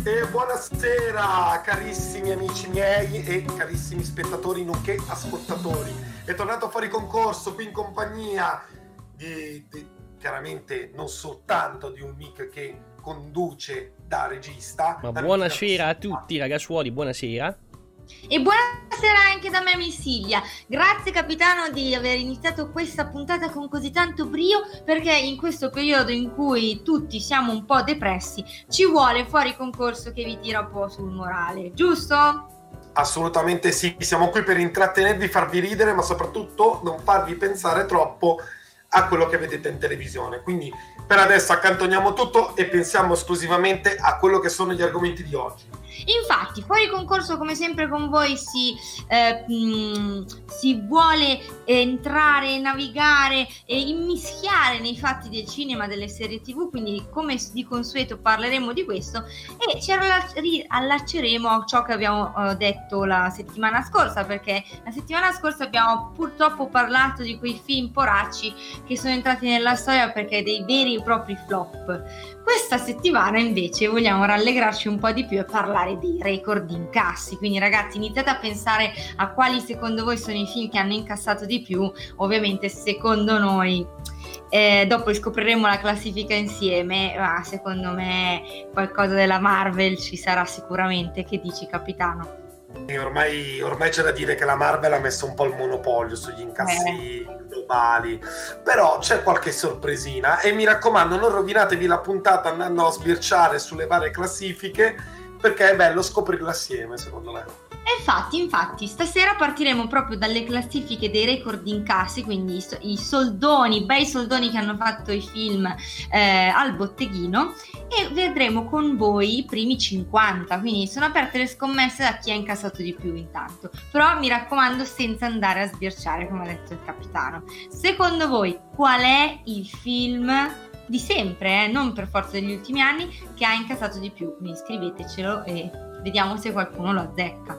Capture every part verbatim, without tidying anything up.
E buonasera carissimi amici miei e carissimi spettatori nonché ascoltatori. È tornato fuori concorso qui in compagnia di, di chiaramente non soltanto di un mic che conduce da regista. Ma buonasera a tutti ragazzuoli, buonasera. E buonasera anche da me Missilia. Grazie capitano di aver iniziato questa puntata con così tanto brio, perché in questo periodo in cui tutti siamo un po' depressi ci vuole fuori concorso che vi tira un po' sul morale, giusto? Assolutamente sì, siamo qui per intrattenervi, farvi ridere, ma soprattutto non farvi pensare troppo a quello che vedete in televisione. Quindi per adesso accantoniamo tutto e pensiamo esclusivamente a quello che sono gli argomenti di oggi. Infatti, fuori concorso come sempre con voi si, eh, mh, si vuole entrare, navigare e immischiare nei fatti del cinema, delle serie tv, quindi come di consueto parleremo di questo e ci allacceremo a ciò che abbiamo eh, detto la settimana scorsa, perché la settimana scorsa abbiamo purtroppo parlato di quei film poracci che sono entrati nella storia perché dei veri e propri flop. Questa settimana invece vogliamo rallegrarci un po' di più e parlare dei record di incassi, quindi ragazzi iniziate a pensare a quali secondo voi sono i film che hanno incassato di più. Ovviamente secondo noi, eh, dopo scopriremo la classifica insieme, ma secondo me qualcosa della Marvel ci sarà sicuramente. Che dici capitano? E ormai, ormai c'è da dire che la Marvel ha messo un po' il monopolio sugli incassi eh. globali, però c'è qualche sorpresina e mi raccomando non rovinatevi la puntata andando a sbirciare sulle varie classifiche, perché è bello scoprirlo assieme secondo me. E infatti, infatti, stasera partiremo proprio dalle classifiche dei record di incassi, quindi i, i soldoni, i bei soldoni che hanno fatto i film eh, al botteghino, e vedremo con voi i primi cinquanta, quindi sono aperte le scommesse da chi ha incassato di più intanto, però mi raccomando senza andare a sbirciare come ha detto il capitano. Secondo voi qual è il film di sempre, eh, non per forza degli ultimi anni, che ha incassato di più? Quindi scrivetecelo e vediamo se qualcuno lo azzecca.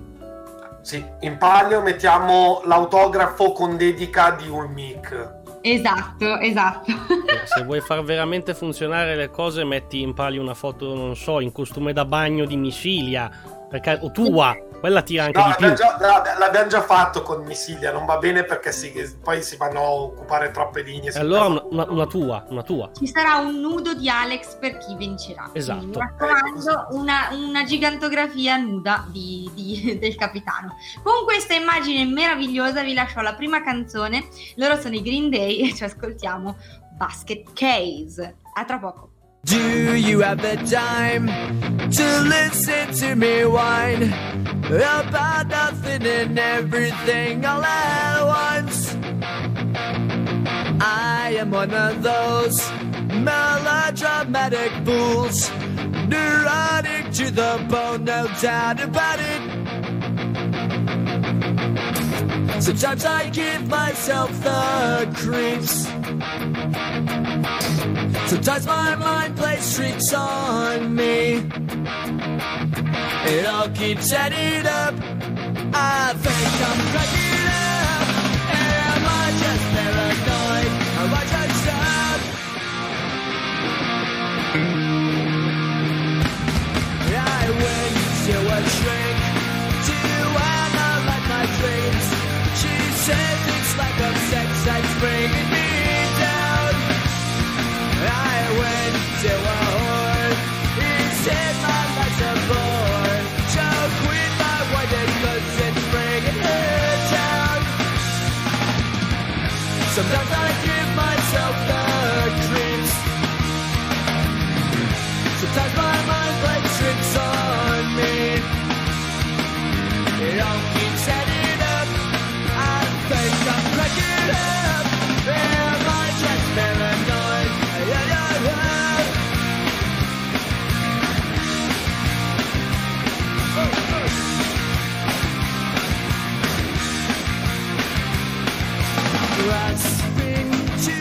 Sì, in palio mettiamo l'autografo con dedica di un mic. Esatto, esatto. Se vuoi far veramente funzionare le cose metti in palio una foto, non so, in costume da bagno di Missilia, perché, o tua, quella tira anche no, di più. Già, l'abbiamo già fatto con Missilia, non va bene perché si, poi si vanno a occupare troppe linee. Allora una, una, una tua, una tua. Ci sarà un nudo di Alex per chi vincerà. Esatto. Quindi, mi raccomando, una, una gigantografia nuda di, di, del capitano. Con questa immagine meravigliosa vi lascio la prima canzone. Loro sono i Green Day e ci ascoltiamo Basket Case. A tra poco. Do you have the time to listen to me whine about nothing and everything all at once? I am one of those melodramatic fools, neurotic to the bone, no doubt about it. Sometimes I give myself the creeps. Sometimes my mind plays tricks on me. It all keeps adding up. I think I'm cracking up. Am I just paranoid? Am I just up? I went to a shrink to analyze my dreams. She said things like of sex that's bringing me down. I went to a whore. He said my life's a bore. Choke with my wife because it's bringing her down. Sometimes I give myself the creeps. Sometimes my mind plays tricks on me. It all keeps adding up. I think I'm cracking up. Am I just paranoid? Yeah, yeah, yeah. Oh, oh. Grasping to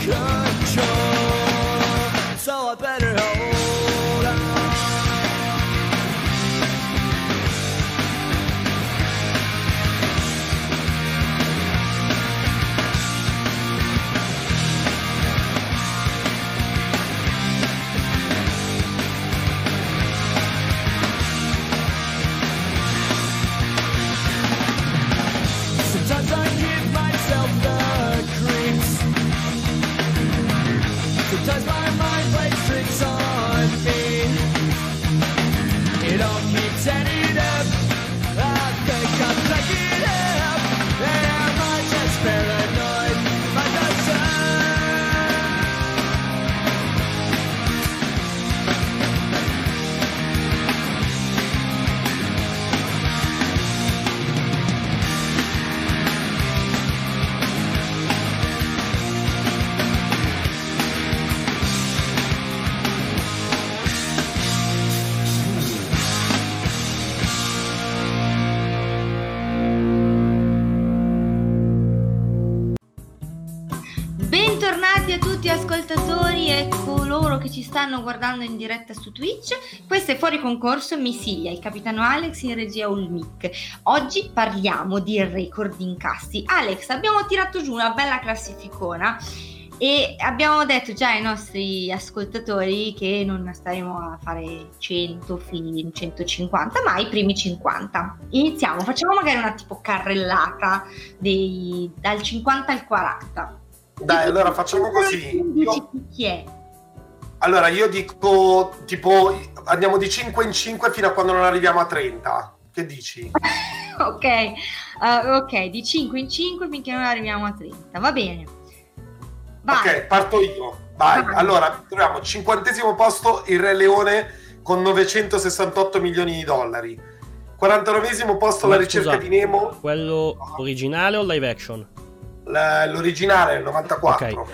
control, so I better hold on. ascoltatori e coloro che ci stanno guardando in diretta su Twitch. Questo è Fuori Concorso Missilia, il capitano Alex in regia Ulmic. Oggi parliamo di record di incassi. Alex, abbiamo tirato giù una bella classificona e abbiamo detto già ai nostri ascoltatori che non staremo a fare cento film, centocinquanta, ma i primi cinquanta. Iniziamo, facciamo magari una tipo carrellata dei, dal cinquanta al quaranta. Dai, allora facciamo così. Io... chi è? Allora, io dico tipo andiamo di cinque in cinque fino a quando non arriviamo a trenta. Che dici? Ok, uh, ok, di cinque in cinque finché non arriviamo a trenta. Va bene. Vai. Ok, parto io. Vai. Vai. Allora, troviamo cinquantesimo posto il Re Leone con novecentosessantotto milioni di dollari. quarantanovesimo posto Ma La ricerca scusa, di Nemo. Quello originale o live action? L'originale nel novantaquattro. Ok.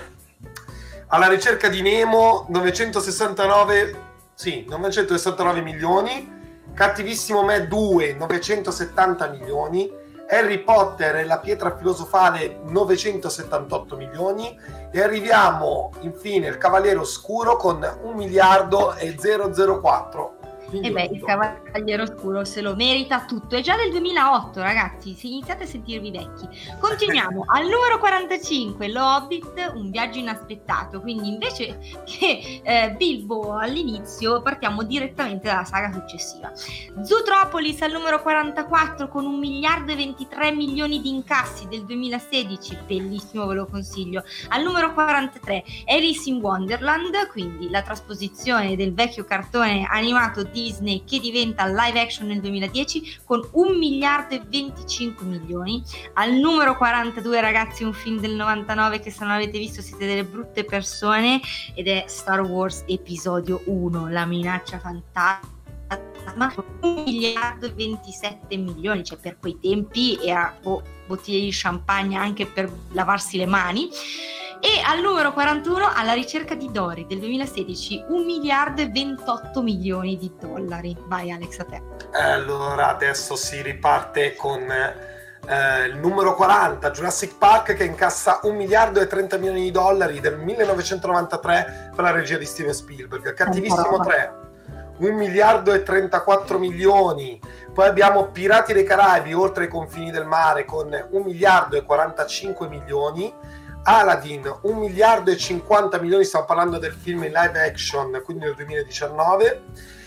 Alla ricerca di Nemo novecentosessantanove, sì, novecentosessantanove milioni. Cattivissimo Me due novecentosettanta milioni. Harry Potter e la pietra filosofale novecentosettantotto milioni. E arriviamo infine il Cavaliere Oscuro con un miliardo e zero zero quattro. E beh, il Cavaliere Oscuro se lo merita tutto. È già del duemilaotto, ragazzi, se iniziate a sentirvi vecchi. Continuiamo al numero quarantacinque, Lo Hobbit, un viaggio inaspettato. Quindi invece che eh, Bilbo all'inizio, partiamo direttamente dalla saga successiva. Zootropolis al numero quarantaquattro con un miliardo e ventitré milioni di incassi del duemilasedici, bellissimo, ve lo consiglio. Al numero quarantatré Alice in Wonderland, quindi la trasposizione del vecchio cartone animato Disney che diventa live action nel duemiladieci con un miliardo e venticinque milioni. Al numero quarantadue, ragazzi, un film del novantanove che se non avete visto siete delle brutte persone, ed è Star Wars Episodio uno, La minaccia fantasma, con un miliardo e ventisette milioni, cioè per quei tempi era oh, bottiglie di champagne anche per lavarsi le mani. E al numero quarantuno Alla ricerca di Dory del duemilasedici, un miliardo e ventotto milioni di dollari. Vai Alex, a te. Allora adesso si riparte con eh, il numero quaranta, Jurassic Park, che incassa un miliardo e trenta milioni di dollari del millenovecentonovantatré per la regia di Steven Spielberg. Cattivissimo tre, un miliardo e trentaquattro milioni. Poi abbiamo Pirati dei Caraibi, Oltre i confini del mare, con un miliardo e quarantacinque milioni. Aladdin, un miliardo e cinquanta milioni, stiamo parlando del film in live action, quindi nel duemiladiciannove.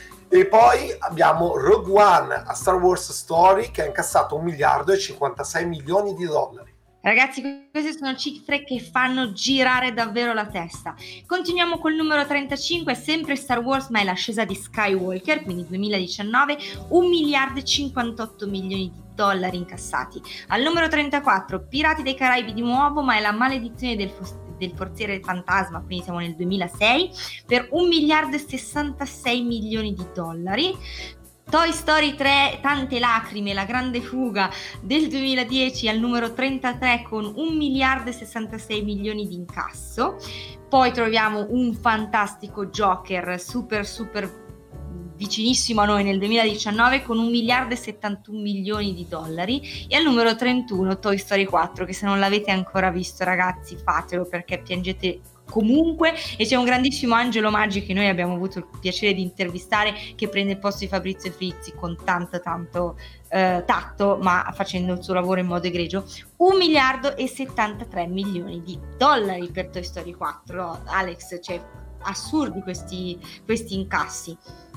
E poi abbiamo Rogue One, A Star Wars Story, che ha incassato un miliardo e cinquantasei milioni di dollari. Ragazzi, queste sono cifre che fanno girare davvero la testa. Continuiamo col numero trentacinque, sempre Star Wars, ma è l'ascesa di Skywalker, quindi duemiladiciannove, un miliardo e cinquantotto milioni di dollari incassati. Al numero trentaquattro, Pirati dei Caraibi di nuovo, ma è la maledizione del, del forziere fantasma, quindi siamo nel duemilasei, per un miliardo e sessantasei milioni di dollari. Toy Story tre, Tante lacrime, La grande fuga del duemiladieci al numero trentatré con un miliardo e sessantasei milioni di incasso. Poi troviamo un fantastico Joker super super vicinissimo a noi nel duemiladiciannove con un miliardo e settantuno milioni di dollari. E al numero trentuno Toy Story quattro, che se non l'avete ancora visto, ragazzi, fatelo perché piangete comunque. E c'è un grandissimo Angelo Maggi che noi abbiamo avuto il piacere di intervistare, che prende il posto di Fabrizio Frizzi con tanto tanto eh, tatto, ma facendo il suo lavoro in modo egregio. Un miliardo e settantatré milioni di dollari per Toy Story quattro. Alex, cioè assurdi questi, questi incassi.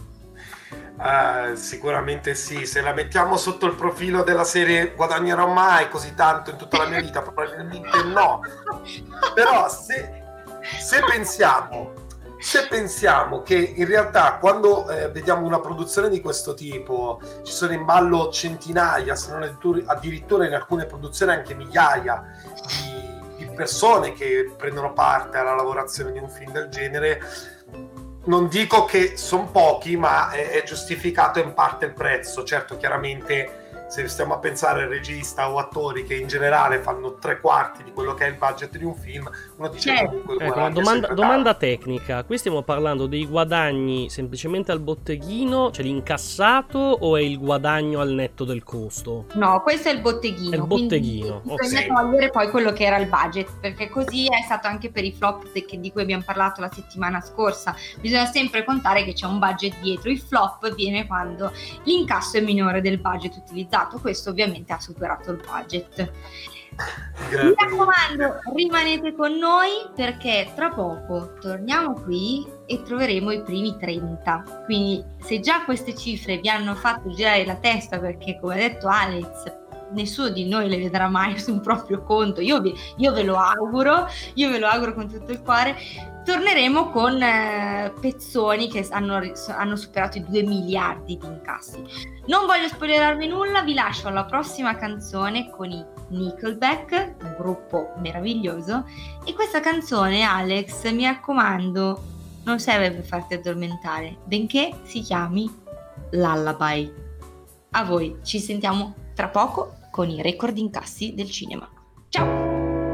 Uh, sicuramente sì, se la mettiamo sotto il profilo della serie guadagnerò mai così tanto in tutta la mia vita, probabilmente no. Però se Se pensiamo, se pensiamo che in realtà quando eh, vediamo una produzione di questo tipo ci sono in ballo centinaia, se non addirittura in alcune produzioni anche migliaia di, di persone che prendono parte alla lavorazione di un film del genere, non dico che sono pochi, ma è, è giustificato in parte il prezzo. Certo, chiaramente se stiamo a pensare al regista o attori che in generale fanno tre quarti di quello che è il budget di un film, uno dice Certo. comunque il Ecco, guadagno è domanda, sempre domanda tecnica, qui stiamo parlando dei guadagni semplicemente al botteghino, cioè l'incassato, o è il guadagno al netto del costo? No, questo è il botteghino. È il botteghino, quindi ok. bisogna togliere poi quello che era il budget, perché così è stato anche per i flop de- che- di cui abbiamo parlato la settimana scorsa. Bisogna sempre contare che c'è un budget dietro. Il flop viene quando l'incasso è minore del budget utilizzato. Questo ovviamente ha superato il budget. Mi raccomando, rimanete con noi perché tra poco torniamo qui e troveremo i primi trenta. Quindi se già queste cifre vi hanno fatto girare la testa, perché come ha detto Alex, nessuno di noi le vedrà mai su un proprio conto, io, vi, io ve lo auguro, io ve lo auguro con tutto il cuore, torneremo con eh, pezzoni che hanno, hanno superato i due miliardi di incassi. Non voglio spoilerarvi nulla, vi lascio alla prossima canzone con i Nickelback, un gruppo meraviglioso, e questa canzone, Alex, mi raccomando, non serve per farti addormentare, benché si chiami Lullaby. A voi, ci sentiamo tra poco con i record incassi del cinema. Ciao!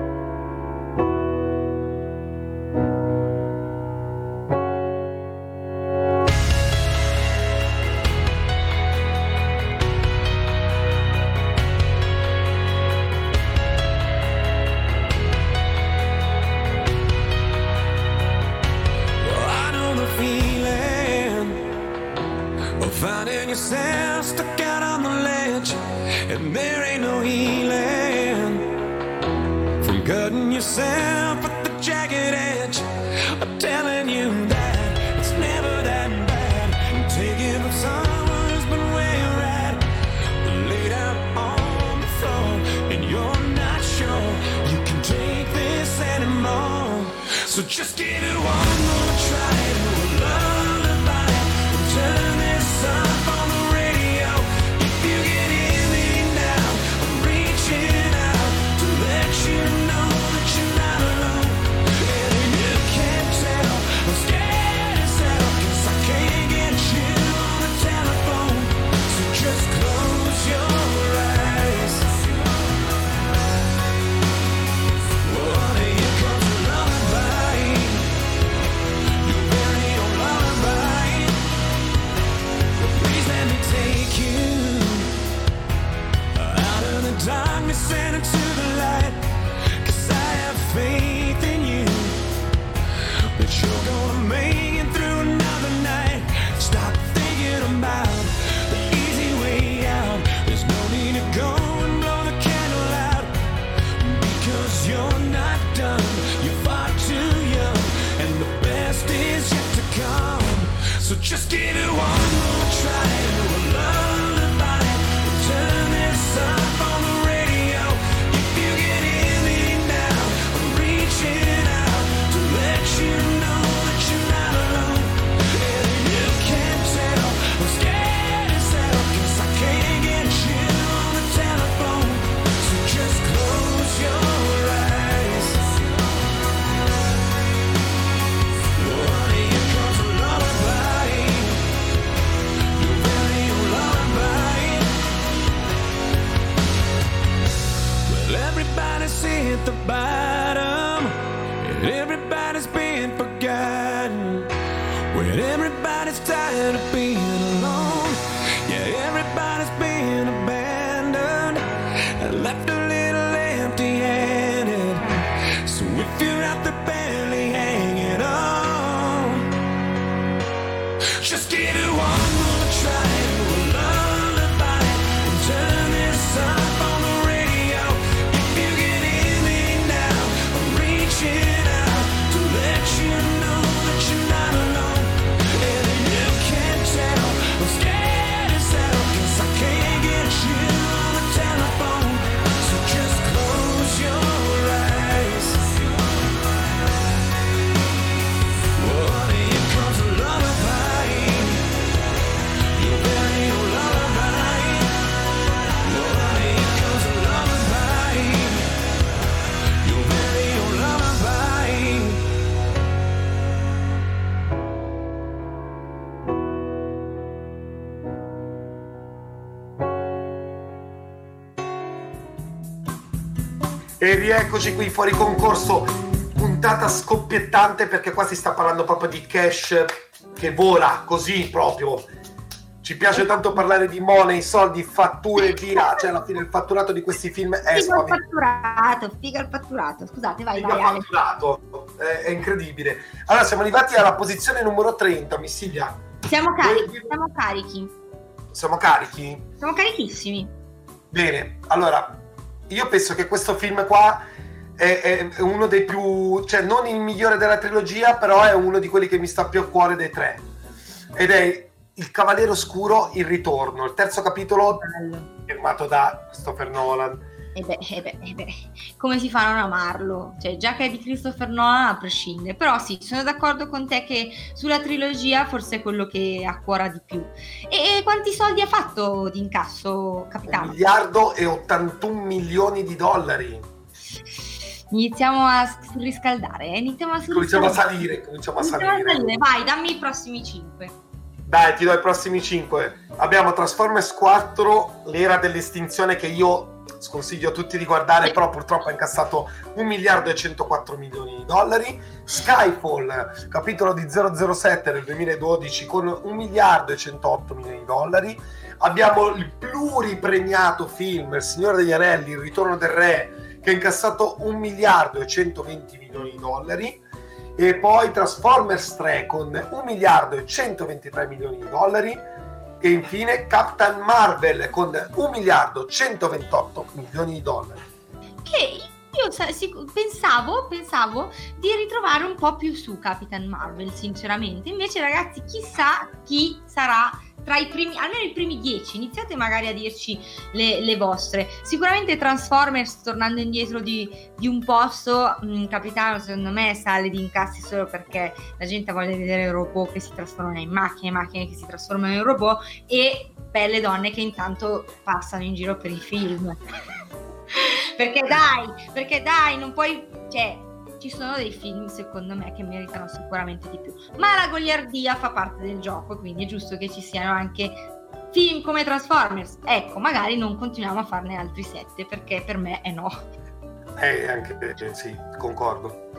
I know the feeling of finding yourself stuck out on the ledge, and there ain't no healing from cutting yourself at the jagged edge. I'm telling you that it's never that bad. I'm taking from someone who's been where you're at, laid out on the floor, and you're not sure you can take this anymore. So just give it one more try to a lullaby. Turn this up on the radio. If you can hear me now, I'm reaching out to let you know that you're not alone. And if you can't tell, I'm scared as hell, 'cause I can't get you on the telephone. So just close your eyes. Well, here comes a lullaby. Your very own lullaby. Please let me take you out of the darkness and into the light, 'cause I have faith in you that you're gonna make it through another night. Stop thinking about the easy way out. There's no need to go and blow the candle out, because you're not done. You're far too young, and the best is yet to come. So just give it one more try to a lullaby. Turn this up on the radio. If you can hear me now, I'm reaching out to let you know that you're not alone. And if you can't tell, I'm scared as hell, 'cause I can't get you on the telephone. So just close your eyes. Oh, here comes a lullaby. Your very own lullaby. Well, everybody's hit the bottom, and everybody's been forgotten. When everybody's tired of being alone, yeah, everybody's been abandoned and left a little empty-handed. So if you're out there barely hanging on, just give it one more try to a lullaby. Turn this up on the radio. If you can hear me now, I'm reaching out to let you know that you're not alone. And if you can't tell, I'm scared as hell, 'cause I can't get you on the telephone. So just close your eyes. Oh, here comes a lullaby. Your very own E rieccoci qui fuori concorso, puntata scoppiettante perché qua si sta parlando proprio di cash che vola così proprio. Ci piace tanto parlare di money, soldi, fatture e via, cioè alla fine il fatturato di questi film è Figa il fatturato, figa il fatturato, scusate, vai, figa vai, il fatturato, è, è incredibile. Allora siamo arrivati alla posizione numero trenta, Missilia. Siamo carichi, siamo carichi. Siamo carichi? Siamo carichissimi. Bene, allora io penso che questo film qua è, è uno dei più, cioè non il migliore della trilogia, però è uno di quelli che mi sta più a cuore dei tre. Ed è Il Cavaliere Oscuro, Il Ritorno, il terzo capitolo, Bello. firmato da Christopher Nolan. E beh, e beh, e beh, come si fa a non amarlo? Cioè, già che è di Christopher Nolan, a prescindere. Però sì, sono d'accordo con te che sulla trilogia forse è quello che ha cuore di più. E, e quanti soldi ha fatto di incasso, capitano? Un miliardo e ottantuno milioni di dollari. Iniziamo a riscaldare, eh? Iniziamo a Cominciamo a surriscaldare. salire, cominciamo a Iniziamo a salire. salire. Vai, dammi i prossimi cinque. Dai, ti do i prossimi cinque. Abbiamo Transformers quattro, l'era dell'estinzione, che io sconsiglio a tutti di guardare, però purtroppo ha incassato un miliardo e centoquattro milioni di dollari. Skyfall, capitolo di zero zero sette del duemiladodici, con un miliardo e centootto milioni di dollari. Abbiamo il pluripremiato film Il Signore degli Anelli, Il Ritorno del Re, che ha incassato un miliardo e centoventi milioni di dollari. E poi Transformers tre con un miliardo e centoventitré milioni di dollari. E infine Captain Marvel con un miliardo e centoventotto milioni di dollari. Che io sa- si- pensavo, pensavo di ritrovare un po' più su Capitan Marvel, sinceramente. Invece, ragazzi, chissà chi sarà tra i primi, almeno i primi dieci. Iniziate magari a dirci le, le vostre. Sicuramente Transformers, tornando indietro di, di un posto, mh, capitano, secondo me sale di incassi solo perché la gente vuole vedere robot che si trasformano in macchine, macchine che si trasformano in robot, e belle donne che intanto passano in giro per i film. Perché dai, perché dai, non puoi, cioè, ci sono dei film secondo me che meritano sicuramente di più, ma la goliardia fa parte del gioco, quindi è giusto che ci siano anche film come Transformers. Ecco, magari non continuiamo a farne altri sette, perché per me è no. Eh, anche eh, sì, concordo.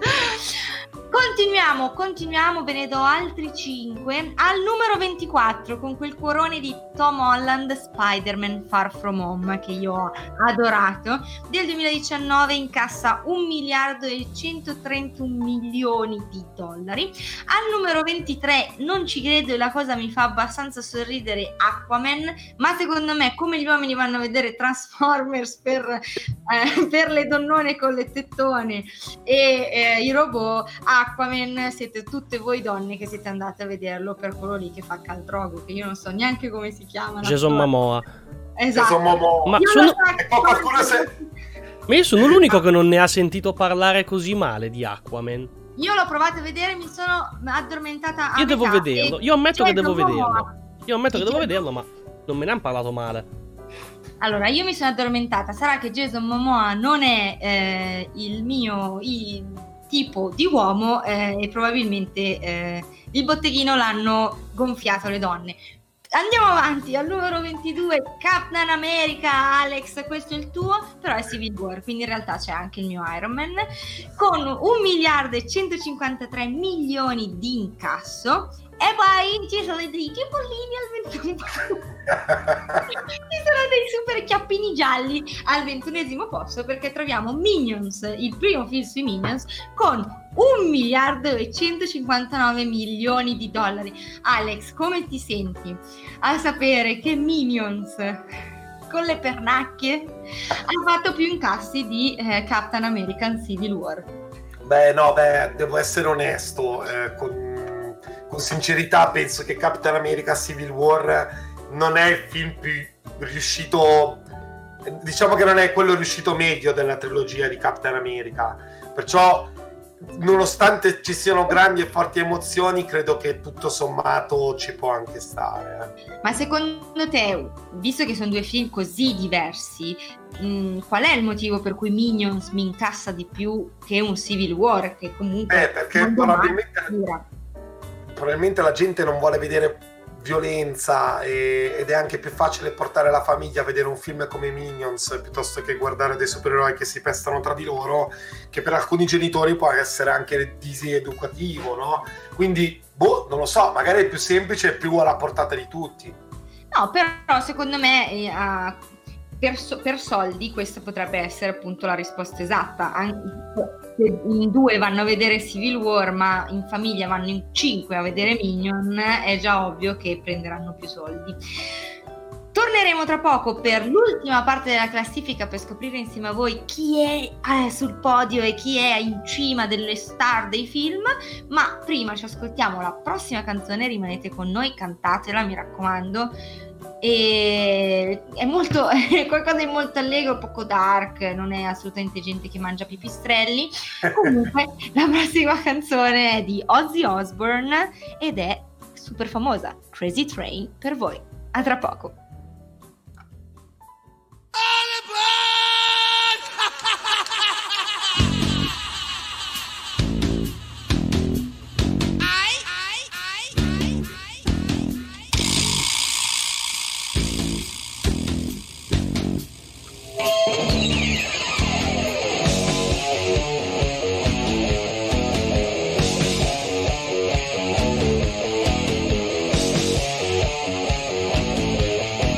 Continuiamo, continuiamo, ve ne do altri cinque. Al numero ventiquattro, con quel cuorone di Tom Holland, Spider-Man Far From Home, che io ho adorato, del duemiladiciannove, incassa un miliardo e centotrentuno milioni di dollari. Al numero ventitré, non ci credo e la cosa mi fa abbastanza sorridere, Aquaman, ma secondo me, come gli uomini vanno a vedere Transformers per, eh, per le donnone con le tettone e eh, i robot, Aquaman siete tutte voi donne che siete andate a vederlo per quello lì che fa Khal-Drogo, che io non so neanche come si chiama. Jason Momoa. Esatto. Jason Momoa. Ma Io sono- lo so E poi qualcuno se- Ma io sono l'unico che non ne ha sentito parlare così male di Aquaman. Io l'ho provato a vedere, mi sono addormentata a Io devo metà, vederlo. e Io ammetto che Jason devo Momoa- vederlo. Io ammetto che Sì, devo Jason- vederlo, ma non me ne hanno parlato male. Allora, io mi sono addormentata. Sarà che Jason Momoa non è eh, il mio il tipo di uomo eh, e probabilmente eh, il botteghino l'hanno gonfiato le donne. Andiamo avanti, al numero ventidue, Captain America. Alex, questo è il tuo, però è Civil War, quindi in realtà c'è anche il mio Iron Man, con un miliardo e centocinquantatré milioni di incasso. E poi ci sono dei cipollini al ventuno. Ci sono dei super chiappini gialli al ventunesimo posto, perché troviamo Minions, il primo film sui Minions, con un miliardo e centocinquantanove milioni di dollari. Alex, come ti senti a sapere che Minions con le pernacchie ha fatto più incassi di eh, Captain America Civil War? Beh, no, beh, devo essere onesto, eh, con, con sincerità penso che Captain America Civil War non è il film più riuscito, diciamo che non è quello riuscito meglio della trilogia di Captain America, perciò nonostante ci siano grandi e forti emozioni, credo che tutto sommato ci può anche stare. eh. Ma secondo te, visto che sono due film così diversi, mh, qual è il motivo per cui Minions mi incassa di più che un Civil War, che comunque Eh, perché non probabilmente, dura? probabilmente la gente non vuole vedere violenza e, ed è anche più facile portare la famiglia a vedere un film come Minions piuttosto che guardare dei supereroi che si pestano tra di loro, che per alcuni genitori può essere anche diseducativo, no? Quindi, boh, non lo so, magari è più semplice e più alla portata di tutti. No, però secondo me eh, a- per, so- per soldi questa potrebbe essere appunto la risposta esatta. Anche se in due vanno a vedere Civil War, ma in famiglia vanno in cinque a vedere Minion, è già ovvio che prenderanno più soldi. Torneremo tra poco per l'ultima parte della classifica per scoprire insieme a voi chi è eh, sul podio e chi è in cima delle star dei film, ma prima ci ascoltiamo la prossima canzone, rimanete con noi, cantatela, mi raccomando. E è molto è qualcosa di molto allegro, poco dark, non è assolutamente gente che mangia pipistrelli. Comunque la prossima canzone è di Ozzy Osbourne ed è super famosa, Crazy Train, per voi. A tra poco. Thank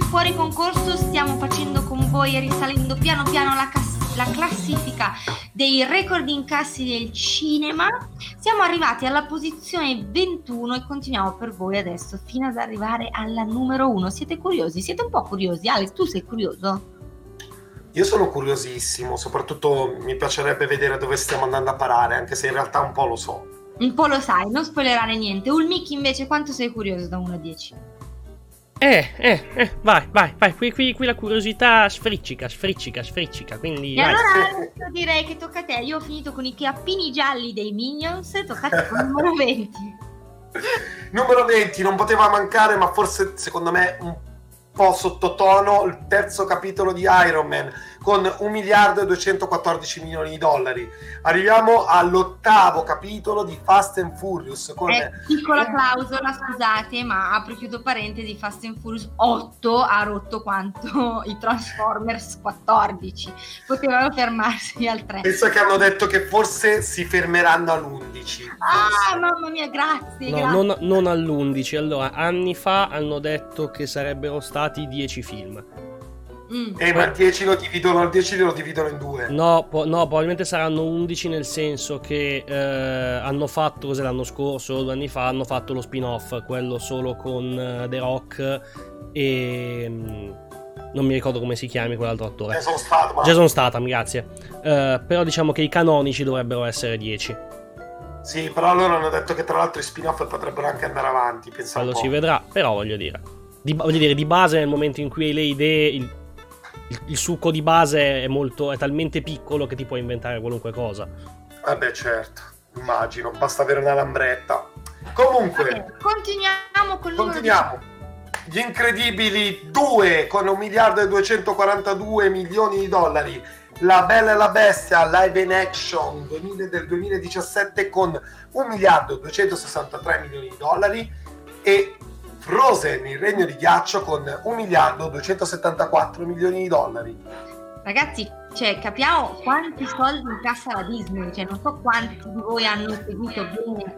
fuori concorso stiamo facendo con voi, risalendo piano piano la, cas- la classifica dei record incassi del cinema. Siamo arrivati alla posizione ventuno e continuiamo per voi adesso fino ad arrivare alla numero uno. Siete curiosi? Siete un po' curiosi? Alex, tu sei curioso? Io sono curiosissimo, soprattutto mi piacerebbe vedere dove stiamo andando a parare, anche se in realtà un po' lo so. Un po' lo sai, non spoilerare niente. Ulmiki invece, quanto sei curioso da uno a dieci? Eh, eh, eh, vai, vai, vai, qui, qui, qui la curiosità sfriccica, sfriccica, sfriccica, quindi E vai. allora adesso direi che tocca a te. Io ho finito con i chiappini gialli dei Minions, tocca a te con il numero venti. Numero venti, non poteva mancare, ma forse secondo me un po' sottotono, il terzo capitolo di Iron Man con un miliardo e duecentoquattordici milioni di dollari. Arriviamo all'ottavo capitolo di Fast and Furious con Eh, piccola clausola, scusate, ma apro e chiudo parentesi, Fast and Furious otto ha rotto quanto i Transformers quattordici. Potevano fermarsi al tre. penso che hanno detto che forse si fermeranno all'undici. Ah, mamma mia, grazie, No, grazie. non, non all'undici. Allora, anni fa hanno detto che sarebbero stati dieci film. Mm. E ma il dieci lo dividono, il dieci lo dividono in due. No, po- no, probabilmente saranno undici, nel senso che eh, hanno fatto, cos'è, l'anno scorso o due anni fa, hanno fatto lo spin-off, quello solo con eh, The Rock e... mm, non mi ricordo come si chiami quell'altro attore. Ne sono stato, ma... Jason Statham, grazie. Eh, però diciamo che i canonici dovrebbero essere dieci. Sì, però loro hanno detto che tra l'altro i spin-off potrebbero anche andare avanti, pensa un Quello po'. si vedrà, però voglio dire. Di, voglio dire, di base, nel momento in cui hai le idee, il, il, il succo di base è molto, è talmente piccolo che ti puoi inventare qualunque cosa. Vabbè, certo, immagino, basta avere una lambretta. Comunque, Vabbè, continuiamo con il numero continuiamo. Gli Incredibili due con un miliardo e duecentoquarantadue milioni di dollari. La Bella e la Bestia live in action duemila del duemiladiciassette con un miliardo e duecentosessantatré milioni di dollari e Frozen, il regno di ghiaccio con un miliardo e duecentosettantaquattro milioni di dollari. Ragazzi, cioè, capiamo quanti soldi incassa la Disney, cioè non so quanti di voi hanno seguito bene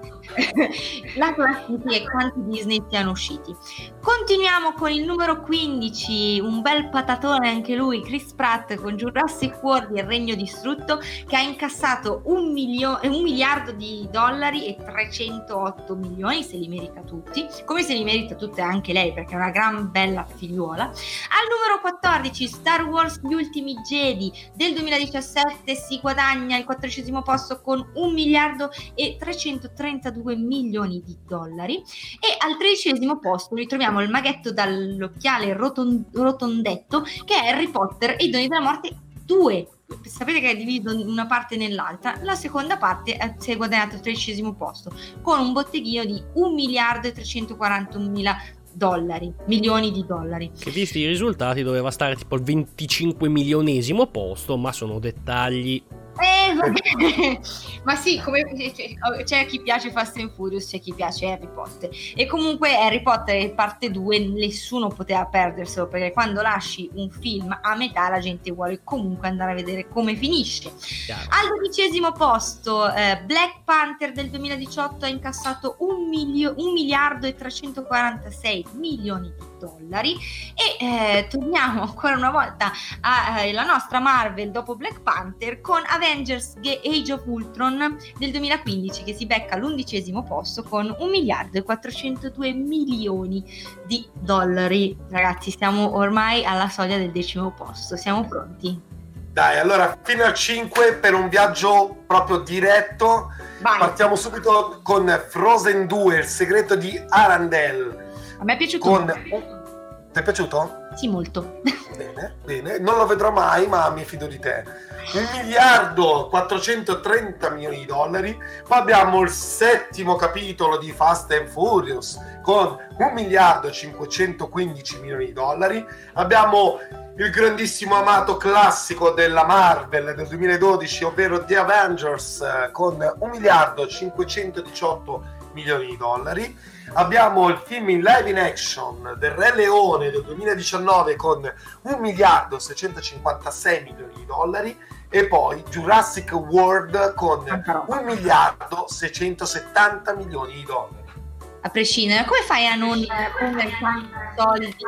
la classifica e quanti Disney siano usciti. Continuiamo con il numero quindici, un bel patatone anche lui, Chris Pratt con Jurassic World, il regno distrutto, che ha incassato un, milio- un miliardo di dollari e trecentootto milioni, se li merita tutti, come se li merita tutte anche lei, perché è una gran bella figliuola. Al numero quattordici, Star Wars Gli Ultimi Jedi del duemiladiciassette, si guadagna il quattordicesimo posto con un miliardo e trecentotrentadue milioni di dollari, e al tredicesimo posto ritroviamo il maghetto dall'occhiale roton- rotondetto che è Harry Potter e i Doni della Morte due. Sapete che è diviso in una parte nell'altra. La seconda parte eh, si è guadagnato il tredicesimo posto con un botteghino di un miliardo e trecentoquarantunomila dollari, milioni di dollari. Che visti i risultati doveva stare tipo al venticinque milionesimo posto, ma sono dettagli. Eh, vabbè. Ma sì, come c'è, c'è chi piace Fast and Furious, c'è chi piace Harry Potter, e comunque Harry Potter parte due nessuno poteva perderselo, perché quando lasci un film a metà la gente vuole comunque andare a vedere come finisce. Chiaro. Al dodicesimo posto eh, Black Panther del duemiladiciotto ha incassato un, milio- un miliardo e trecentoquarantasei milioni di dollari, e eh, torniamo ancora una volta alla nostra Marvel dopo Black Panther con Avengers Age of Ultron del duemilaquindici, che si becca all'undicesimo posto con un miliardo e quattrocentodue milioni di dollari. Ragazzi, siamo ormai alla soglia del decimo posto, siamo pronti? Dai, allora fino al cinque per un viaggio proprio diretto. Vai. Partiamo subito con Frozen due, il segreto di Arendelle. A me è piaciuto Con... molto. Ti è piaciuto? Sì, molto. Bene, bene, non lo vedrò mai, ma mi fido di te. Un miliardo quattrocentotrenta milioni di dollari. Poi abbiamo il settimo capitolo di Fast and Furious con un miliardo cinquecentoquindici milioni di dollari. Abbiamo il grandissimo amato classico della Marvel del duemiladodici, ovvero The Avengers, con un miliardo cinquecentodiciotto milioni di dollari. Abbiamo il film in live in action del Re Leone del duemiladiciannove con un miliardo seicentocinquantasei milioni di dollari, e poi Jurassic World con un miliardo seicentosettanta milioni di dollari. A prescindere, come fai a non prendere tanti soldi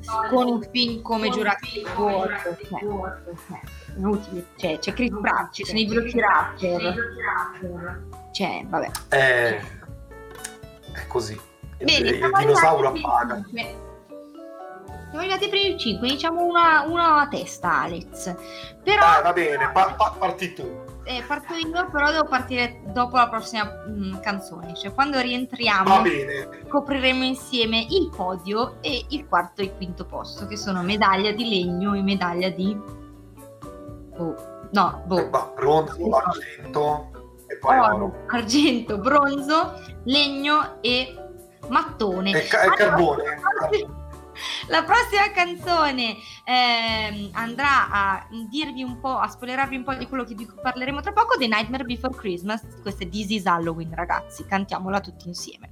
con un film come Jurassic World. Cioè, inutile. Cioè, c'è Chris Pratt, ci sono i Velociraptor. Cioè, vabbè. Eh, è così. Bene, il, il dinosauro appaga. Siamo arrivati per il cinque, diciamo una, una a testa, Alex. Però, Dai, va bene, pa- pa- parti tu. Eh, parto io, però devo partire dopo la prossima mh, canzone. Cioè, quando rientriamo, Va bene. copriremo insieme il podio e il quarto e il quinto posto, che sono medaglia di legno e medaglia di... Oh, no, boh. Eh, bah, bronzo, argento e poi Oro, oro. argento, bronzo, legno e mattone. E, ca- e carbone. La prossima canzone ehm, andrà a dirvi un po', a spoilerarvi un po' di quello di cui parleremo tra poco, The Nightmare Before Christmas. Questa è This Is Halloween, ragazzi, cantiamola tutti insieme.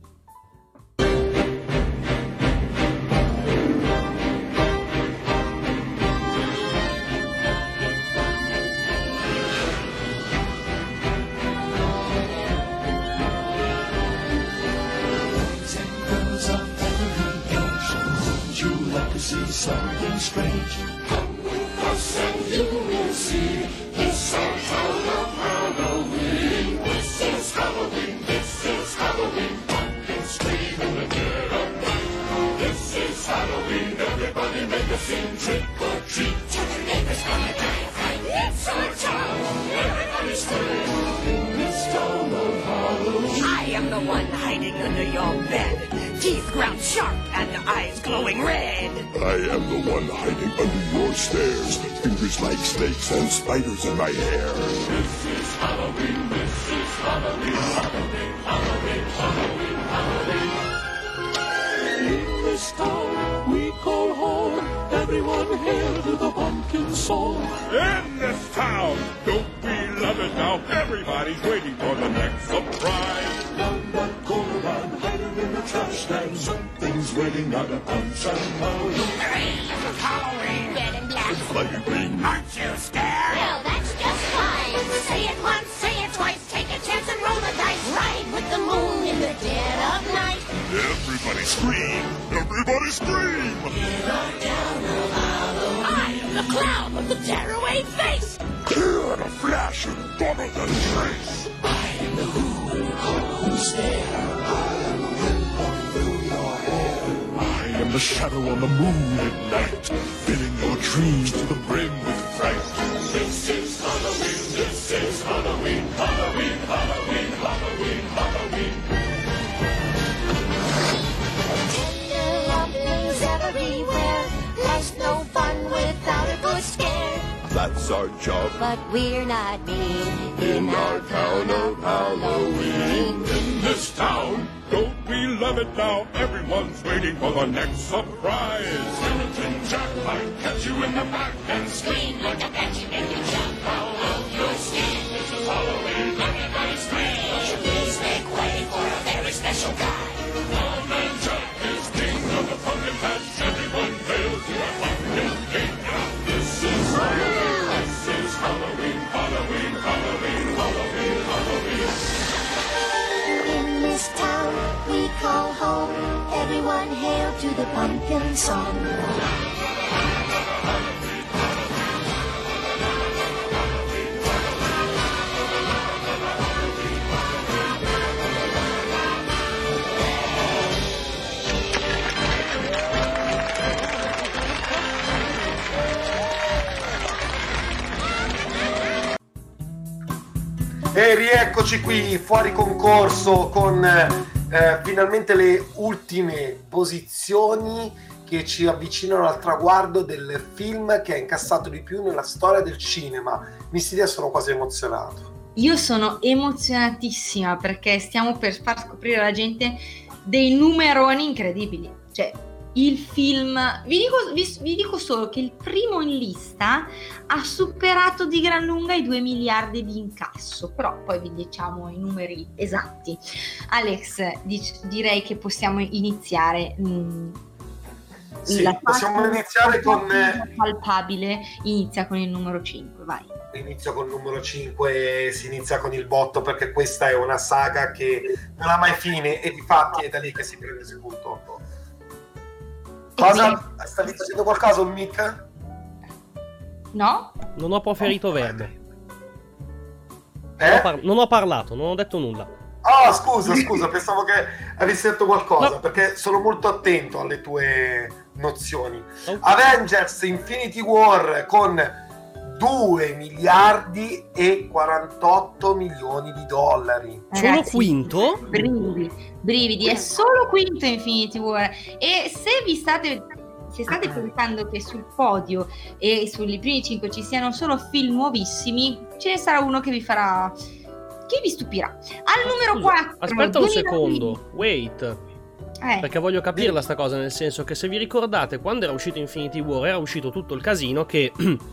See something strange. Come with us and you will see. It's our town of Halloween. This is Halloween. This is Halloween. Pumpkins scream in the dead of night. This is Halloween. Everybody make a scene. Trick or treat. Tell your neighbors gonna die of fright. It's our town. Everybody scream in this town of Halloween. I am the one hiding under your bed. Teeth ground sharp and eyes glowing red. I am the one hiding under your stairs. Fingers like snakes and spiders in my hair. This is Halloween, this is Halloween, Halloween, Halloween, Halloween, Halloween. In this town we call home. Everyone hail to the pumpkin song. In this town, don't we love it now? Everybody's waiting for the next surprise. Down that corner, hiding in the trash can. Something's waiting on the punch and Halloween. Halloween, red and black. Flying green. Aren't you scared? Well, that's just fine. Say it once, say it twice. Take a chance and roll the dice. Ride with the moon in the dead of night. Everybody scream! Everybody scream! In our town of Halloween. I am the clown with the tearaway face. Here in a flash and better than trace. I am the who you call who's there. I am the wind blowing through your hair. I am the shadow on the moon at night, filling your dreams to the brim with fright. This is Halloween, this is Halloween, Halloween, Halloween, Halloween, Halloween. Tender rumblings everywhere. There's no fun without a good scare. That's our job But we're not mean in our town of Halloween. In this town, don't we love it now? Everyone's waiting for the next surprise. Skeleton Jack might catch you in the back and scream like a banshee, make you jump out of your skin. This is Halloween, everybody scream. Please make way for a very special guy. One man Jack is king of the pumpkin patch. Everyone hail to the pumpkin king. This is Halloween. This is Halloween, Halloween, Halloween, Halloween, Halloween. In this town we call home. Everyone hail to the pumpkin song. E rieccoci qui fuori concorso con eh, finalmente le ultime posizioni che ci avvicinano al traguardo del film che ha incassato di più nella storia del cinema. Mistidia, sono quasi emozionato. Io sono emozionatissima perché stiamo per far scoprire alla gente dei numeroni incredibili. Cioè, il film, vi dico, vi, vi dico solo che il primo in lista ha superato di gran lunga i due miliardi di incasso, però poi vi diciamo i numeri esatti. Alex, dic- direi che possiamo iniziare. Mh, Sì, la possiamo parte iniziare con palpabile inizia con il numero cinque, vai. Inizio con il numero cinque, si inizia con il botto perché questa è una saga che non ha mai fine e difatti è da lì che si prende spunto. Cosa? quindi- Stavi dicendo qualcosa, un mic? No? Non ho proferito verbo. Non ho, Eh? par- non ho parlato, non ho detto nulla. Ah, scusa, scusa, pensavo che avessi detto qualcosa, No. perché sono molto attento alle tue nozioni. Ok. Avengers Infinity War con due miliardi e quarantotto milioni di dollari. Solo Ragazzi, quinto? Brividi, brividi, è solo quinto Infinity War. E se vi state, se state pensando che sul podio e sui primi cinque ci siano solo film nuovissimi, ce ne sarà uno che vi farà, che vi stupirà. Al numero Scusa, quattro, aspetta un duemilaquindici. secondo, wait. Eh, Perché voglio capirla sta cosa, nel senso che se vi ricordate, quando era uscito Infinity War era uscito tutto il casino che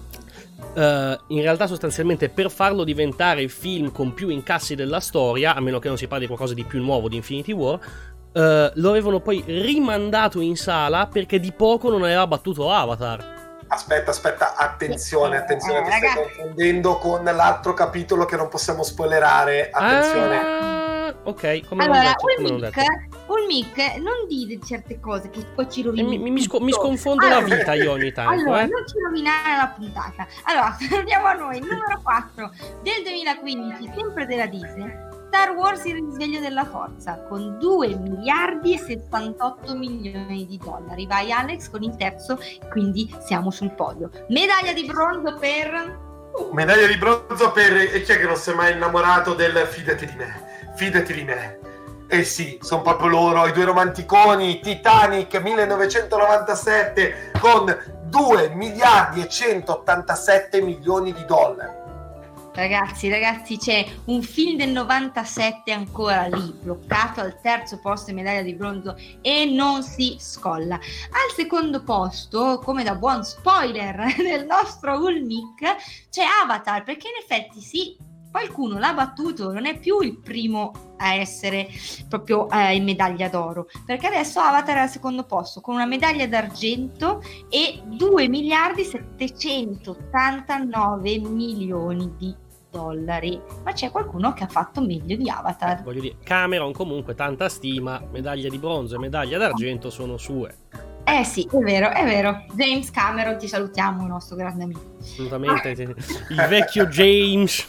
eh, in realtà sostanzialmente per farlo diventare il film con più incassi della storia, a meno che non si parli di qualcosa di più nuovo di Infinity War, eh, lo avevano poi rimandato in sala perché di poco non aveva battuto Avatar. Aspetta, aspetta, attenzione, attenzione, Eh, ti stai ragazzi. confondendo con l'altro capitolo che non possiamo spoilerare. Attenzione. Ah, ok, come non allora, detto, come non un detto. mic, un mic non dite certe cose che poi ci E rovini. mi, mi, sco- mi tutto. sconfondo Allora, la vita io ogni tanto, Allora, eh. non ci rovinare la puntata. Allora, torniamo a noi. Numero quattro del duemilaquindici, sempre della Disney. Star Wars Il risveglio della forza con due miliardi e sessantotto milioni di dollari. Vai Alex con il terzo, quindi siamo sul podio. Medaglia di bronzo per... Medaglia di bronzo per... E chi è che non si è mai innamorato del fidati di me? Fidati di me. Eh sì, sono proprio loro, i due romanticoni, Titanic millenovecentonovantasette con due miliardi e centottantasette milioni di dollari. Ragazzi, ragazzi, c'è un film del novantasette ancora lì, bloccato al terzo posto in medaglia di bronzo e non si scolla. Al secondo posto, come da buon spoiler del nostro Ulmic, c'è Avatar, perché in effetti sì, qualcuno l'ha battuto, non è più il primo a essere proprio eh, in medaglia d'oro, perché adesso Avatar è al secondo posto con una medaglia d'argento e due miliardi settecentottantanove milioni di dollari. Ma c'è qualcuno che ha fatto meglio di Avatar. Voglio dire, Cameron comunque tanta stima, medaglia di bronzo e medaglia d'argento sono sue. Eh sì, è vero, è vero. James Cameron, ti salutiamo, il nostro grande amico. Assolutamente, il vecchio James.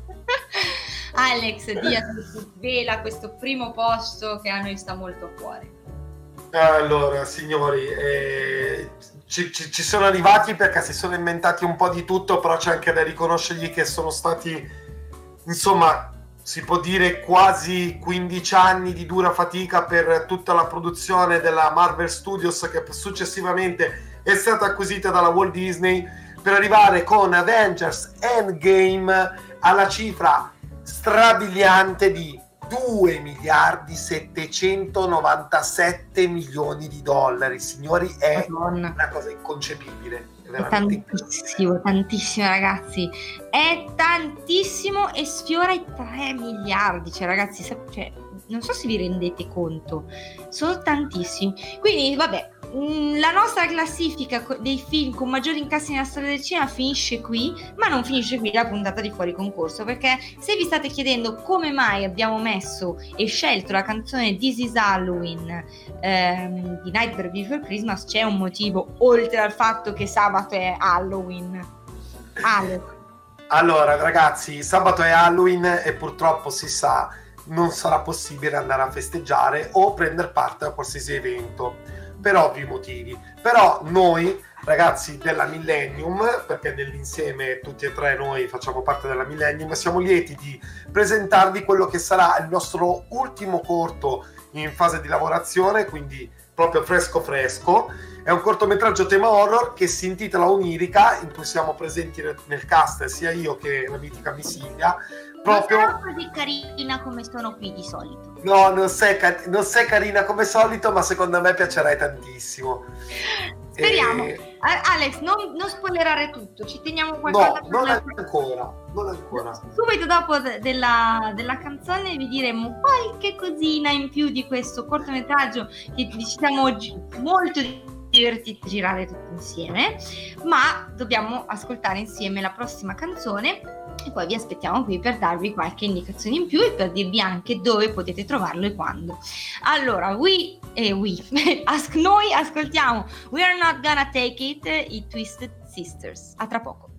Alex, Diaz svela questo primo posto che a noi sta molto a cuore. Allora, signori, eh, ci, ci- ci sono arrivati perché si sono inventati un po' di tutto, però c'è anche da riconoscergli che sono stati, insomma, si può dire quasi quindici anni di dura fatica per tutta la produzione della Marvel Studios, che successivamente è stata acquisita dalla Walt Disney, per arrivare con Avengers Endgame alla cifra strabiliante di due miliardi settecentonovantasette milioni di dollari. Signori, è Madonna. una cosa inconcepibile, è È veramente tantissimo, tantissimo ragazzi, è tantissimo e sfiora i tre miliardi, cioè ragazzi, sa- cioè, non so se vi rendete conto, sono tantissimi. Quindi vabbè, mh, la nostra classifica co- dei film con maggiori incassi nella storia del cinema finisce qui, ma non finisce qui la puntata di Fuori Concorso, perché se vi state chiedendo come mai abbiamo messo e scelto la canzone This is Halloween ehm, di Nightmare Before Christmas, c'è un motivo oltre al fatto che sabato è Halloween. Ale. Allora, ragazzi, sabato è Halloween e purtroppo si sa non sarà possibile andare a festeggiare o prendere parte a qualsiasi evento per ovvi motivi. Però noi, ragazzi della Millennium, perché nell'insieme tutti e tre noi facciamo parte della Millennium, siamo lieti di presentarvi quello che sarà il nostro ultimo corto in fase di lavorazione, quindi proprio fresco fresco. È un cortometraggio tema horror che si intitola Onirica, in cui siamo presenti nel- nel cast sia io che la mitica Missilia. Proprio Non sarò così carina come sono qui di solito. no, non sei, ca- non sei carina come solito, ma secondo me piacerai tantissimo. Speriamo. E- A- Alex, non, non spoilerare tutto, ci teniamo qualcosa No, per non la- ancora, non ancora. Subito dopo de- della, della canzone vi diremo qualche cosina in più di questo cortometraggio che ci siamo gi- molto divertiti a girare tutti insieme, ma dobbiamo ascoltare insieme la prossima canzone e poi vi aspettiamo qui per darvi qualche indicazione in più e per dirvi anche dove potete trovarlo e quando. Allora, we e we As- noi ascoltiamo We're Not Gonna Take It, i Twisted Sisters. A tra poco.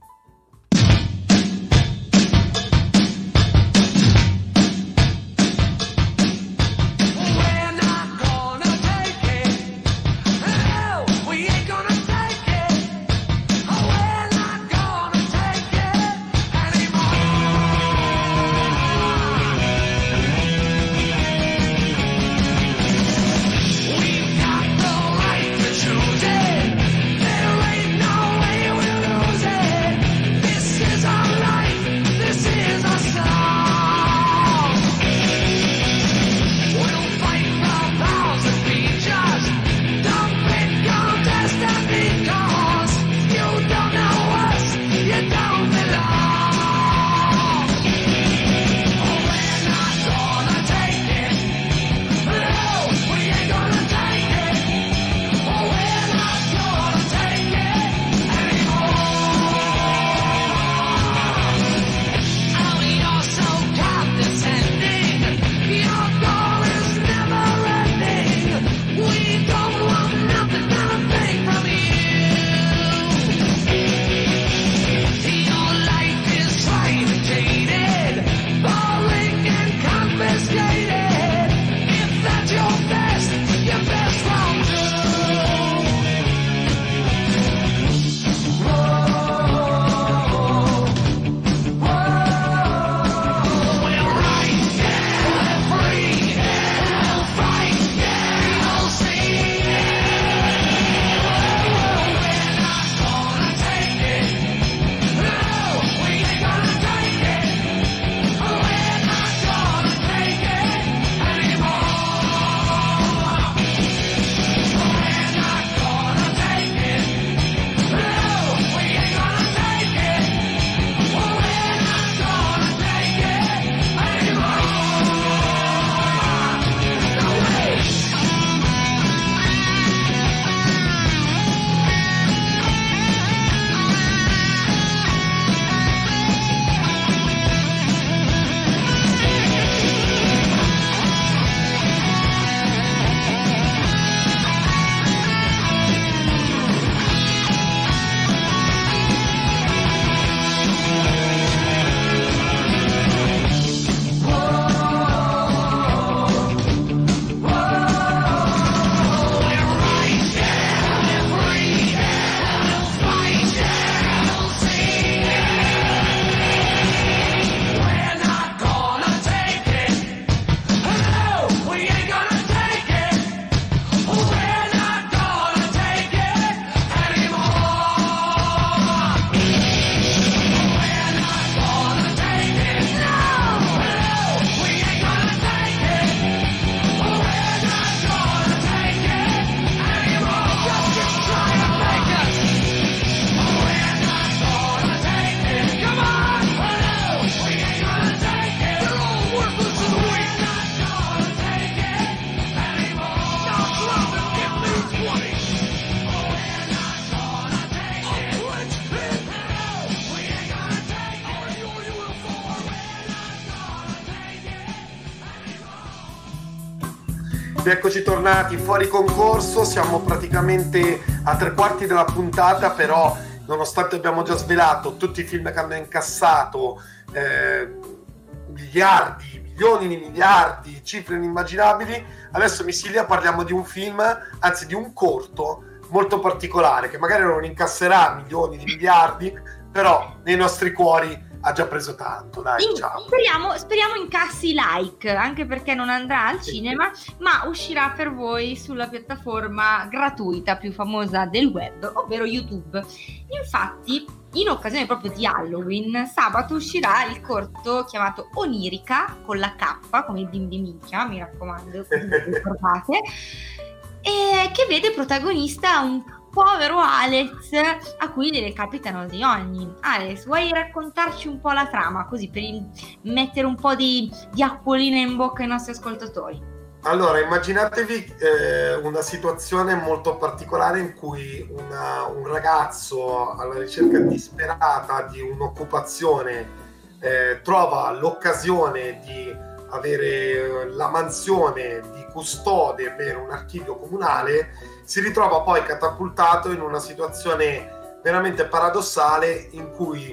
Eccoci tornati fuori concorso, siamo praticamente a tre quarti della puntata, però nonostante abbiamo già svelato tutti i film che hanno incassato eh, miliardi, milioni di miliardi, cifre inimmaginabili, adesso Missilia parliamo di un film, anzi di un corto molto particolare che magari non incasserà milioni di miliardi, però nei nostri cuori ha già preso tanto, dai, in, diciamo. Speriamo, speriamo incassi like, anche perché non andrà al cinema, ma uscirà per voi sulla piattaforma gratuita più famosa del web, ovvero YouTube. Infatti, in occasione proprio di Halloween, sabato uscirà il corto chiamato Onirica, con la K, come i bimbi minchia, mi raccomando, ricordate, e che vede protagonista un povero Alex a cui le capitano di ogni. Alex, vuoi raccontarci un po' la trama, così per il- mettere un po' di, di acquolina in bocca ai nostri ascoltatori? Allora, immaginatevi eh, una situazione molto particolare in cui una- un ragazzo alla ricerca disperata di un'occupazione eh, trova l'occasione di avere la mansione di custode per un archivio comunale, si ritrova poi catapultato in una situazione veramente paradossale in cui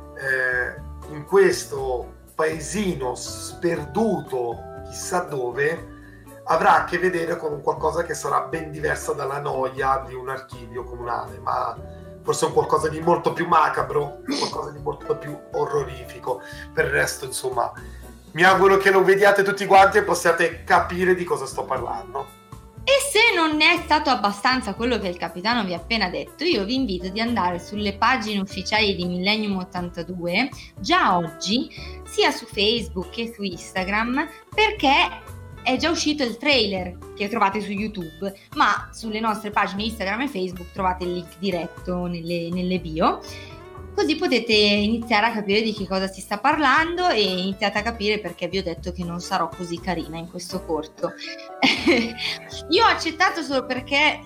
eh, in questo paesino sperduto chissà dove avrà a che vedere con un qualcosa che sarà ben diversa dalla noia di un archivio comunale, ma forse un qualcosa di molto più macabro, qualcosa di molto più orrorifico. Per il resto, insomma, mi auguro che lo vediate tutti quanti e possiate capire di cosa sto parlando. E se non è stato abbastanza quello che il capitano vi ha appena detto, io vi invito di andare sulle pagine ufficiali di Millennium ottantadue già oggi, sia su Facebook che su Instagram, perché è già uscito il trailer che trovate su YouTube, ma sulle nostre pagine Instagram e Facebook trovate il link diretto nelle, nelle bio, così potete iniziare a capire di che cosa si sta parlando e iniziate a capire perché vi ho detto che non sarò così carina in questo corto. Io ho accettato solo perché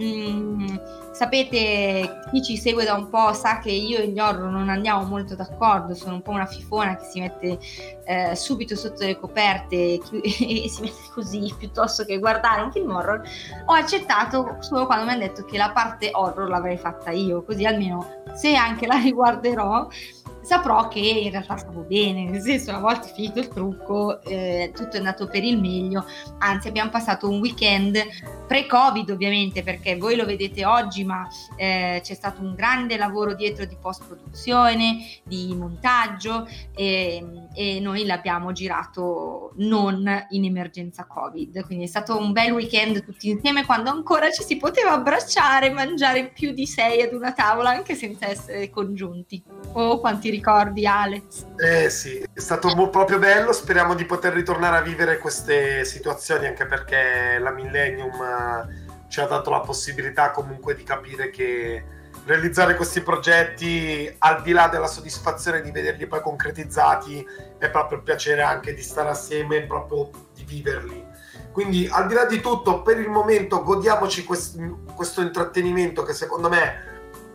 mh, sapete, chi ci segue da un po' sa che io e gli horror non andiamo molto d'accordo, sono un po' una fifona che si mette eh, subito sotto le coperte e, chi- e si mette così piuttosto che guardare un film horror. Ho accettato solo quando mi hanno detto che la parte horror l'avrei fatta io, così almeno se anche la riguarderò saprò che in realtà stavo bene, nel senso, una volta finito il trucco eh, tutto è andato per il meglio, anzi abbiamo passato un weekend pre-covid ovviamente, perché voi lo vedete oggi, ma eh, c'è stato un grande lavoro dietro di post-produzione, di montaggio e, e noi l'abbiamo girato non in emergenza covid, quindi è stato un bel weekend tutti insieme quando ancora ci si poteva abbracciare, mangiare più di sei ad una tavola anche senza essere congiunti. Oh, quanti ricordi, Alex. Eh sì, è stato mo- proprio bello, speriamo di poter ritornare a vivere queste situazioni, anche perché la Millennium eh, ci ha dato la possibilità comunque di capire che realizzare questi progetti, al di là della soddisfazione di vederli poi concretizzati, è proprio il piacere anche di stare assieme e proprio di viverli. Quindi, al di là di tutto, per il momento godiamoci quest- questo intrattenimento che secondo me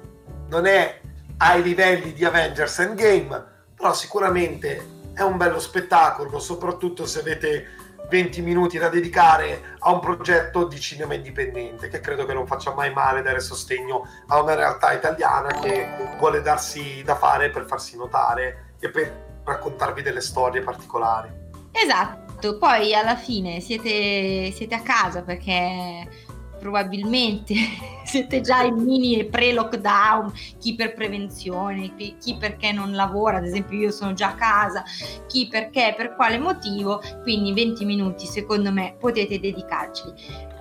non è ai livelli di Avengers Endgame, però sicuramente è un bello spettacolo, soprattutto se avete venti minuti da dedicare a un progetto di cinema indipendente, che credo che non faccia mai male dare sostegno a una realtà italiana che vuole darsi da fare per farsi notare e per raccontarvi delle storie particolari. Esatto, poi alla fine siete, siete a casa perché probabilmente siete già in mini e pre-lockdown, chi per prevenzione, chi, chi perché non lavora, ad esempio io sono già a casa, chi perché, per quale motivo, quindi venti minuti secondo me potete dedicarci.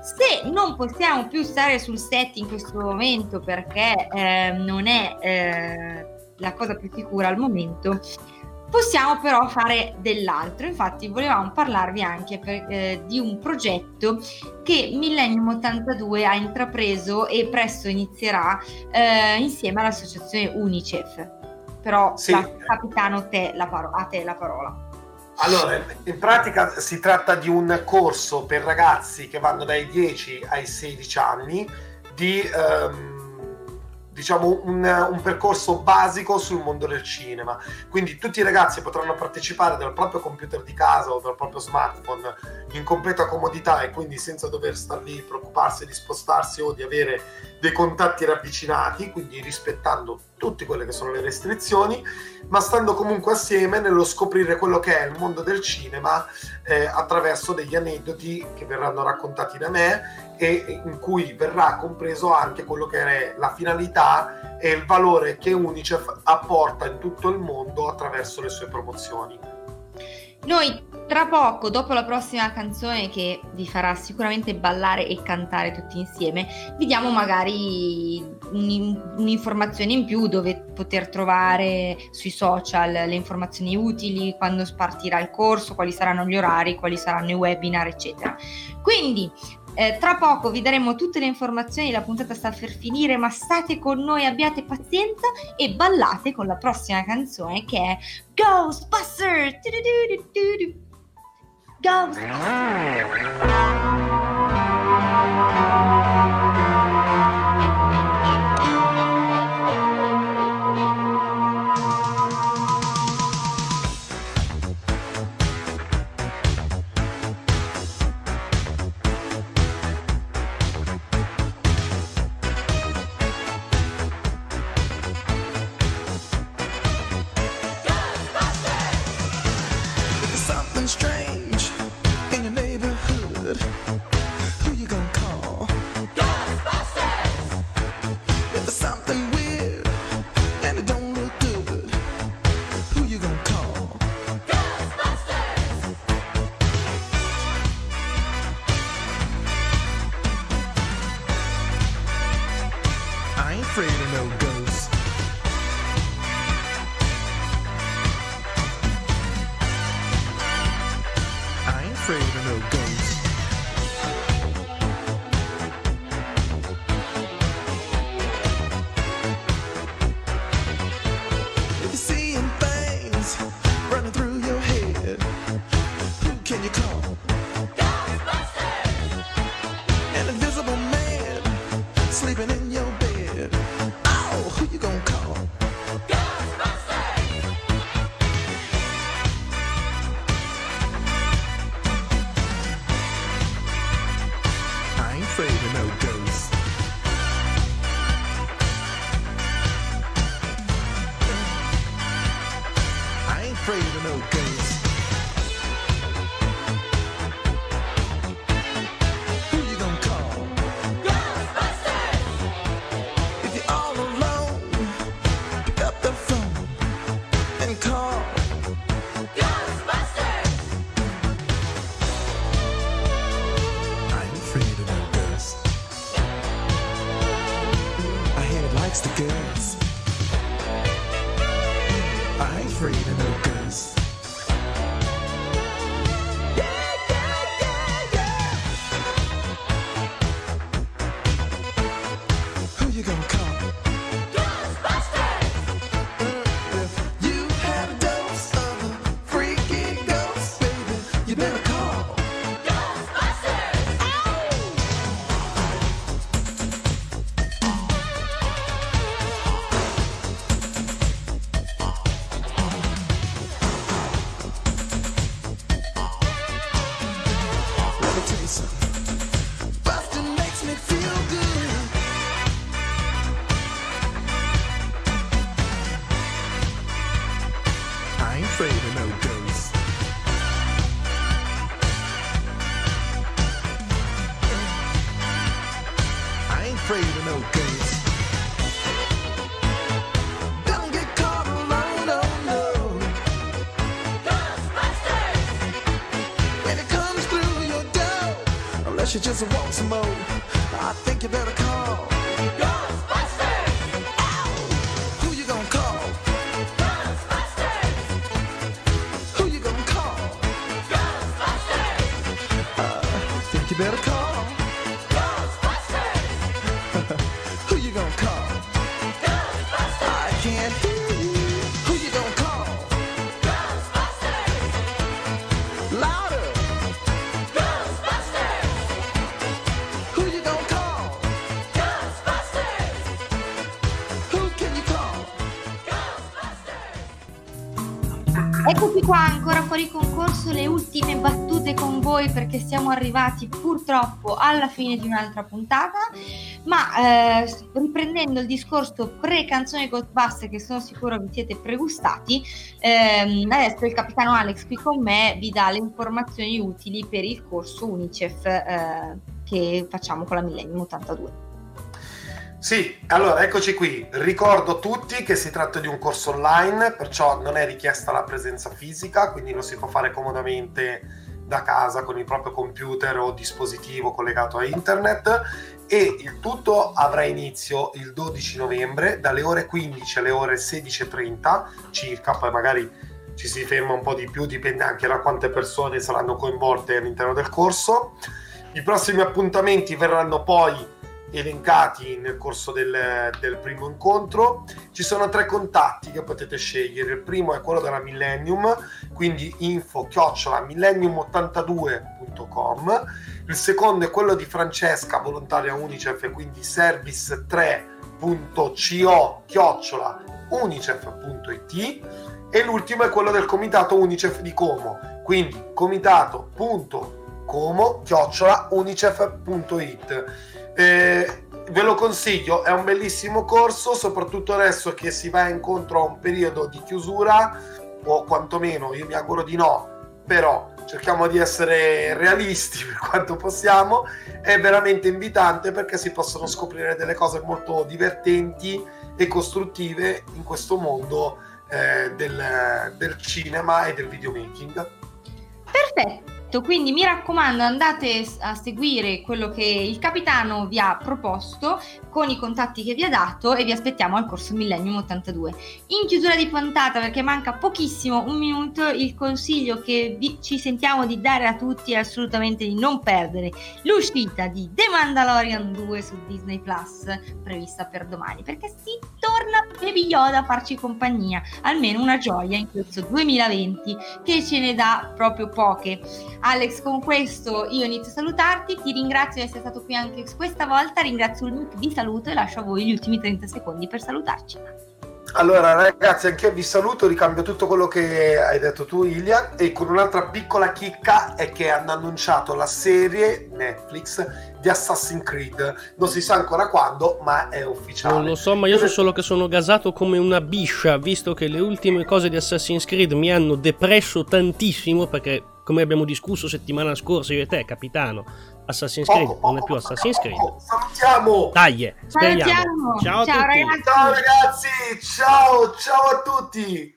Se non possiamo più stare sul set in questo momento perché eh, non è eh, la cosa più sicura al momento, possiamo però fare dell'altro. Infatti volevamo parlarvi anche per, eh, di un progetto che Millennium ottantadue ha intrapreso e presto inizierà eh, insieme all'associazione UNICEF. Però Sì. la, capitano, te la paro- a te la parola. Allora, in pratica si tratta di un corso per ragazzi che vanno dai dieci ai sedici anni di ehm, diciamo un, un percorso basico sul mondo del cinema. Quindi tutti i ragazzi potranno partecipare dal proprio computer di casa o dal proprio smartphone in completa comodità e quindi senza dover star lì, preoccuparsi di spostarsi o di avere dei contatti ravvicinati, quindi rispettando tutte quelle che sono le restrizioni, ma stando comunque assieme nello scoprire quello che è il mondo del cinema eh, attraverso degli aneddoti che verranno raccontati da me e in cui verrà compreso anche quello che è la finalità e il valore che UNICEF apporta in tutto il mondo attraverso le sue promozioni. Noi tra poco, dopo la prossima canzone che vi farà sicuramente ballare e cantare tutti insieme, vi diamo magari un, un'informazione in più dove poter trovare sui social le informazioni utili, quando partirà il corso, quali saranno gli orari, quali saranno i webinar, eccetera. Quindi Eh, tra poco vi daremo tutte le informazioni, la puntata sta per finire, ma state con noi, abbiate pazienza e ballate con la prossima canzone che è Ghostbusters! Ghostbusters! afraid of no ghosts. If you're seeing things running through your head, who can you call? Ghostbusters! An invisible man sleeping in your bed. Oh, who you gonna call? Afraid of no ghosts. I ain't afraid of no ghosts. Who you gonna call? Ghostbusters! If you're all alone, pick up the phone and call Ghostbusters! I ain't afraid of no ghosts. I hear it likes the girls. I ain't afraid of no ghosts. Yeah, yeah, yeah, yeah. Who you gonna call? Ghostbusters! If you have a dose of a freaky ghost, baby, you better call Ghostbusters! Ow! Let me tell you something. Bustin' makes me feel good. I ain't afraid of no ghosts. I ain't afraid of no ghosts. Don't get caught alone, oh no. Ghostbusters! When it comes through your door, unless you just want some more, I think you better call Ghostbusters! Ow! Who you gonna call? Ghostbusters! Who you gonna call? Ghostbusters! Uh, I think you better call Ghostbusters! Who you gonna call? Ghostbusters! I can't hear you. Who you gonna call? Ghostbusters! Louder! Ghostbusters! Who you gonna call? Ghostbusters! Who can you call? Eccoci qua ancora fuori concorso, le ultime battute con voi perché siamo arrivati purtroppo alla fine di un'altra puntata, ma eh, riprendendo il discorso pre-canzone Ghostbusters che sono sicuro vi siete pregustati, ehm, adesso il capitano Alex qui con me vi dà le informazioni utili per il corso UNICEF eh, che facciamo con la Millennium ottantadue. Sì, allora eccoci qui. Ricordo a tutti che si tratta di un corso online, perciò non è richiesta la presenza fisica, quindi lo si può fare comodamente da casa con il proprio computer o dispositivo collegato a internet, e il tutto avrà inizio il dodici novembre dalle ore quindici alle ore sedici e trenta circa, poi magari ci si ferma un po' di più, dipende anche da quante persone saranno coinvolte all'interno del corso. I prossimi appuntamenti verranno poi elencati nel corso del, del primo incontro. Ci sono tre contatti che potete scegliere. Il primo è quello della Millennium, quindi info chiocciola millennium ottantadue punto com. Il secondo è quello di Francesca, volontaria UNICEF, quindi service tre punto co chiocciola unicef punto it. E l'ultimo è quello del comitato UNICEF di Como, quindi comitato punto como chiocciola unicef punto it. Eh, ve lo consiglio, è un bellissimo corso, soprattutto adesso che si va incontro a un periodo di chiusura, o quantomeno io mi auguro di no, però cerchiamo di essere realisti per quanto possiamo. È veramente invitante perché si possono scoprire delle cose molto divertenti e costruttive in questo mondo eh, del, del cinema e del videomaking. Perfetto. detto, quindi mi raccomando, andate a seguire quello che il capitano vi ha proposto con i contatti che vi ha dato e vi aspettiamo al corso Millennium ottantadue. In chiusura di puntata, perché manca pochissimo, un minuto, il consiglio che vi, ci sentiamo di dare a tutti è assolutamente di non perdere l'uscita di The Mandalorian due su Disney Plus, prevista per domani, perché si torna Baby Yoda a farci compagnia, almeno una gioia in questo duemilaventi che ce ne dà proprio poche. Alex, con questo io inizio a salutarti, ti ringrazio di essere stato qui anche questa volta, ringrazio il Nick, vi saluto e lascio a voi gli ultimi trenta secondi per salutarci. Allora ragazzi, anche io vi saluto, ricambio tutto quello che hai detto tu Ilian, e con un'altra piccola chicca è che hanno annunciato la serie Netflix di Assassin's Creed, non si sa ancora quando, ma è ufficiale. Non lo so, ma io so solo che sono gasato come una biscia, visto che le ultime cose di Assassin's Creed mi hanno depresso tantissimo, perché come abbiamo discusso settimana scorsa io e te, capitano, Assassin's Creed poco, non è più Assassin's Creed. poco. Salutiamo! Dai, speriamo. Salutiamo. Ciao a Ciao, tutti. ragazzi. Ciao ragazzi, ciao, ciao a tutti!